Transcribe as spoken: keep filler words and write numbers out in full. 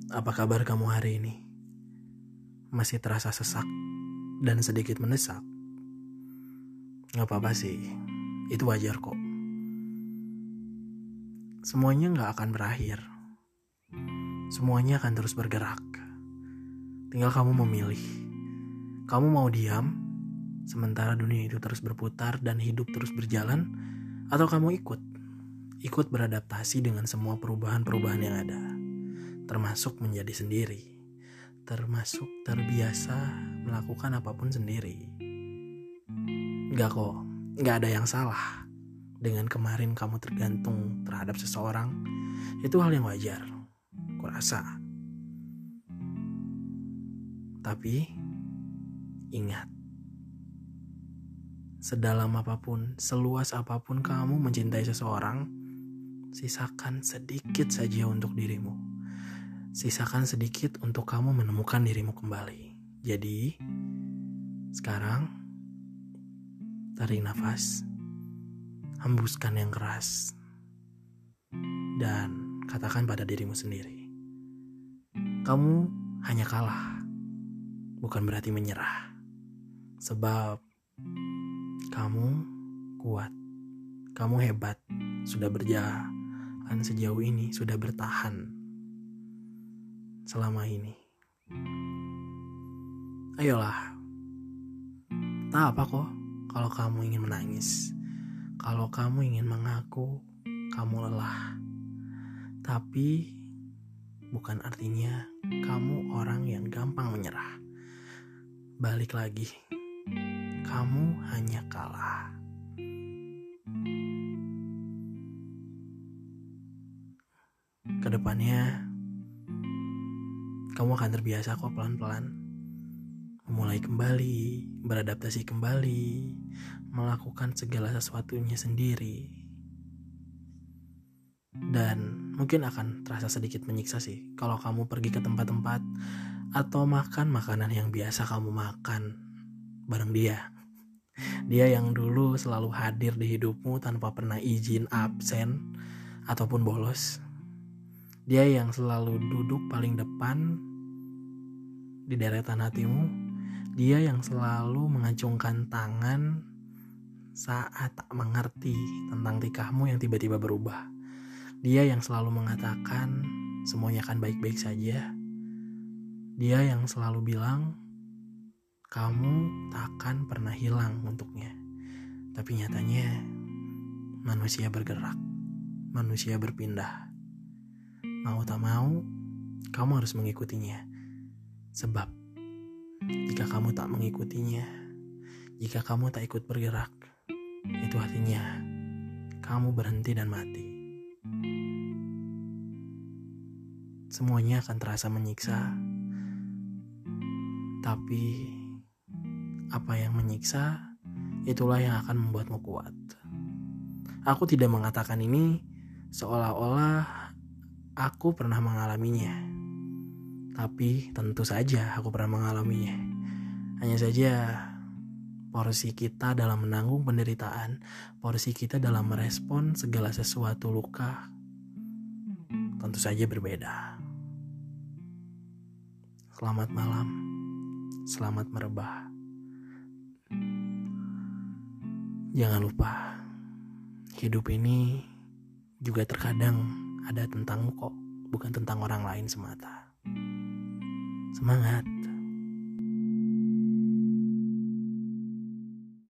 Apa kabar kamu hari ini? Masih terasa sesak dan sedikit mendesak? Gak apa-apa sih, itu wajar kok. Semuanya gak akan berakhir. Semuanya akan terus bergerak. Tinggal kamu memilih. Kamu mau diam, sementara dunia itu terus berputar dan hidup terus berjalan, atau kamu ikut? Ikut beradaptasi dengan semua perubahan-perubahan yang ada. Termasuk menjadi sendiri. Termasuk terbiasa melakukan apapun sendiri. Enggak kok, enggak ada yang salah dengan kemarin kamu tergantung terhadap seseorang. Itu hal yang wajar, kurasa. Tapi ingat, sedalam apapun, seluas apapun kamu mencintai seseorang, sisakan sedikit saja untuk dirimu. Sisakan sedikit untuk kamu menemukan dirimu kembali. Jadi, sekarang tarik nafas, hembuskan yang keras, dan katakan pada dirimu sendiri, kamu hanya kalah, bukan berarti menyerah. Sebab kamu kuat, kamu hebat, sudah berjalan sejauh ini, sudah bertahan selama ini. Ayolah, tak apa kok kalau kamu ingin menangis, kalau kamu ingin mengaku kamu lelah. Tapi bukan artinya kamu orang yang gampang menyerah. Balik lagi, kamu hanya kalah. Kedepannya kamu akan terbiasa kok pelan-pelan memulai kembali, beradaptasi kembali, melakukan segala sesuatunya sendiri. Dan mungkin akan terasa sedikit menyiksa sih kalau kamu pergi ke tempat-tempat atau makan makanan yang biasa kamu makan bareng dia. Dia yang dulu selalu hadir di hidupmu tanpa pernah izin absen ataupun bolos. Dia yang selalu duduk paling depan di deretan hatimu. Dia yang selalu mengacungkan tangan saat tak mengerti tentang tingkahmu yang tiba-tiba berubah. Dia yang selalu mengatakan semuanya akan baik-baik saja. Dia yang selalu bilang kamu takkan pernah hilang untuknya. Tapi nyatanya manusia bergerak, manusia berpindah. Mau tak mau, kamu harus mengikutinya. Sebab jika kamu tak mengikutinya, jika kamu tak ikut bergerak, itu artinya kamu berhenti dan mati. Semuanya akan terasa menyiksa, tapi apa yang menyiksa, itulah yang akan membuatmu kuat. Aku tidak mengatakan ini seolah-olah aku pernah mengalaminya. Tapi tentu saja aku pernah mengalaminya. Hanya saja porsi kita dalam menanggung penderitaan, porsi kita dalam merespon segala sesuatu luka, tentu saja berbeda. Selamat malam, selamat merebah. Jangan lupa, hidup ini juga terkadang ada tentangmu kok, bukan tentang orang lain semata. Semangat!